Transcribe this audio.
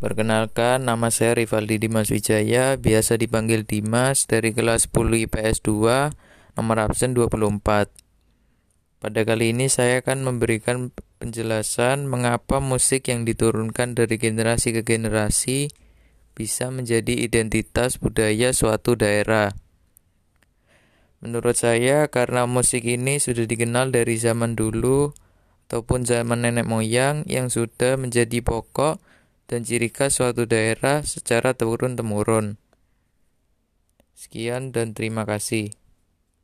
Perkenalkan, nama saya Rivaldi Dimas Wijaya, biasa dipanggil Dimas, dari kelas 10 IPS 2, nomor absen 24. Pada kali ini saya akan memberikan penjelasan mengapa musik yang diturunkan dari generasi ke generasi bisa menjadi identitas budaya suatu daerah. Menurut saya, karena musik ini sudah dikenal dari zaman dulu ataupun zaman nenek moyang yang sudah menjadi pokok dan ciri khas suatu daerah secara turun-temurun. Sekian dan terima kasih.